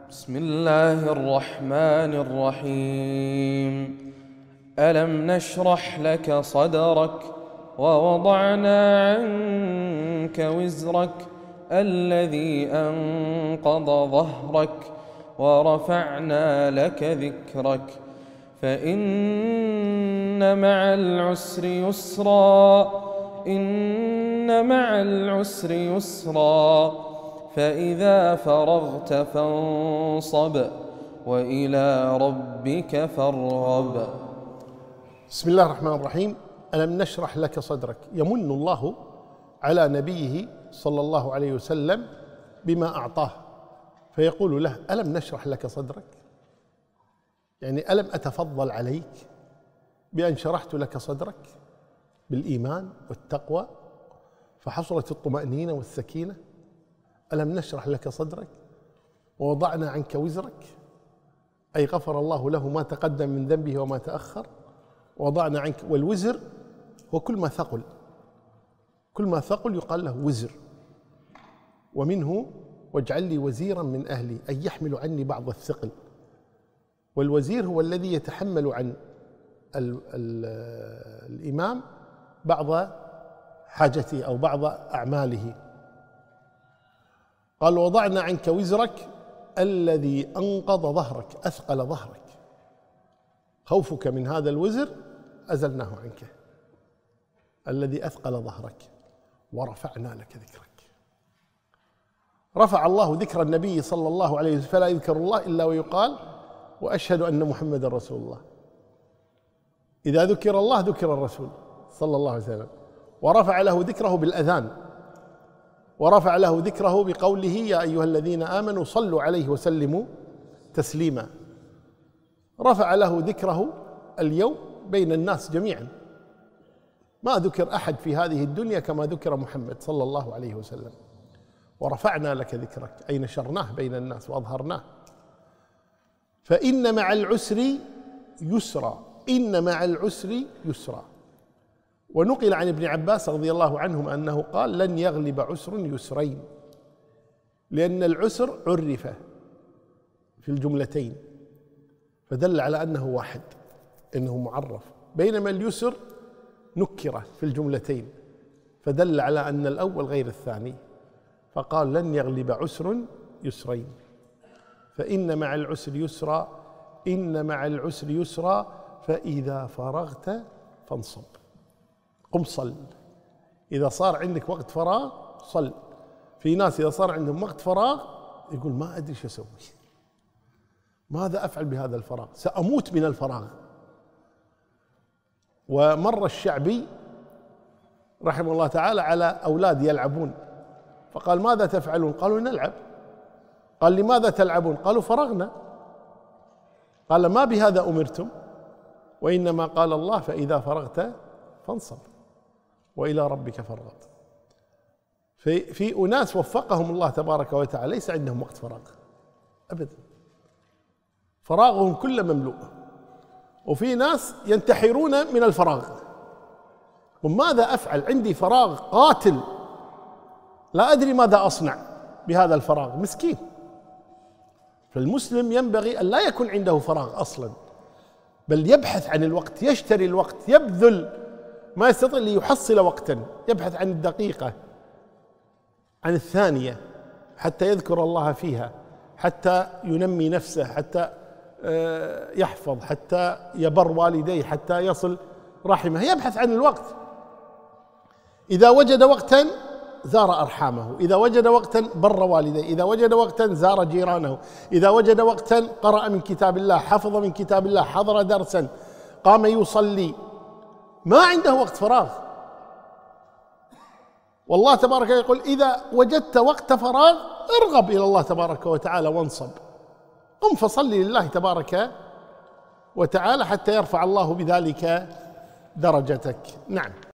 بسم الله الرحمن الرحيم. ألم نشرح لك صدرك ووضعنا عنك وزرك الذي أنقض ظهرك ورفعنا لك ذكرك فإن مع العسر يسرا إن مع العسر يسرا فإذا فرغت فانصب وإلى ربك فارغب. بسم الله الرحمن الرحيم. ألم نشرح لك صدرك. يمن الله على نبيه صلى الله عليه وسلم بما أعطاه، فيقول له: ألم نشرح لك صدرك؟ يعني ألم أتفضل عليك بأن شرحت لك صدرك بالإيمان والتقوى فحصلت الطمأنينة والسكينة؟ ألم نشرح لك صدرك ووضعنا عنك وزرك، أي غفر الله له ما تقدم من ذنبه وما تأخر. ووضعنا عنك، والوزر هو كل ما ثقل، كل ما ثقل يقال له وزر. ومنه واجعل لي وزيرا من أهلي، أي يحمل عني بعض الثقل. والوزير هو الذي يتحمل عن الإمام بعض حاجته أو بعض أعماله. قال: وضعنا عنك وزرك الذي أنقض ظهرك، أثقل ظهرك، خوفك من هذا الوزر أزلناه عنك، الذي أثقل ظهرك. ورفعنا لك ذكرك. رفع الله ذكر النبي صلى الله عليه وسلم، فلا يذكر الله إلا ويقال: وأشهد أن محمدا رسول الله. إذا ذكر الله ذكر الرسول صلى الله عليه وسلم. ورفع له ذكره بالأذان، ورفع له ذكره بقوله: يا أيها الذين آمنوا صلوا عليه وسلموا تسليما. رفع له ذكره اليوم بين الناس جميعا. ما ذكر أحد في هذه الدنيا كما ذكر محمد صلى الله عليه وسلم. ورفعنا لك ذكرك، أي نشرناه بين الناس وأظهرناه. فإن مع العسر يسرا، إن مع العسر يسرا. ونقل عن ابن عباس رضي الله عنهما أنه قال: لن يغلب عسر يسرين، لأن العسر عرف في الجملتين فدل على أنه واحد، إنه معرف، بينما اليسر نكر في الجملتين فدل على أن الأول غير الثاني، فقال: لن يغلب عسر يسرين. فإن مع العسر يسرا، إن مع العسر يسرا فإذا فرغت فانصب. قم صل. إذا صار عندك وقت فراغ صل. في ناس إذا صار عندهم وقت فراغ يقول: ما أدري شو أسوي، ماذا أفعل بهذا الفراغ، سأموت من الفراغ. ومر الشعبي رحمه الله تعالى على أولاد يلعبون، فقال: ماذا تفعلون؟ قالوا: نلعب. قال: لماذا تلعبون؟ قالوا: فرغنا. قال: ما بهذا أمرتم، وإنما قال الله: فإذا فرغت فانصب وإلى ربك فارغب. في أناس وفقهم الله تبارك وتعالى ليس عندهم وقت فراغ أبدا، فراغهم كله مملوء. وفي ناس ينتحرون من الفراغ. وماذا أفعل؟ عندي فراغ قاتل، لا أدري ماذا أصنع بهذا الفراغ. مسكين. فالمسلم ينبغي أن لا يكون عنده فراغ أصلا، بل يبحث عن الوقت، يشتري الوقت، يبذل ما يستطيع ليحصل وقتا، يبحث عن الدقيقة، عن الثانية، حتى يذكر الله فيها، حتى ينمي نفسه، حتى يحفظ، حتى يبر والديه، حتى يصل رحمه. يبحث عن الوقت. إذا وجد وقتا زار أرحامه، إذا وجد وقتا بر والديه، إذا وجد وقتا زار جيرانه، إذا وجد وقتا قرأ من كتاب الله، حفظ من كتاب الله، حضر درسا، قام يصلي. ما عنده وقت فراغ. والله تبارك يقول: إذا وجدت وقت فراغ ارغب إلى الله تبارك وتعالى وانصب. قم فصل لله تبارك وتعالى حتى يرفع الله بذلك درجتك. نعم.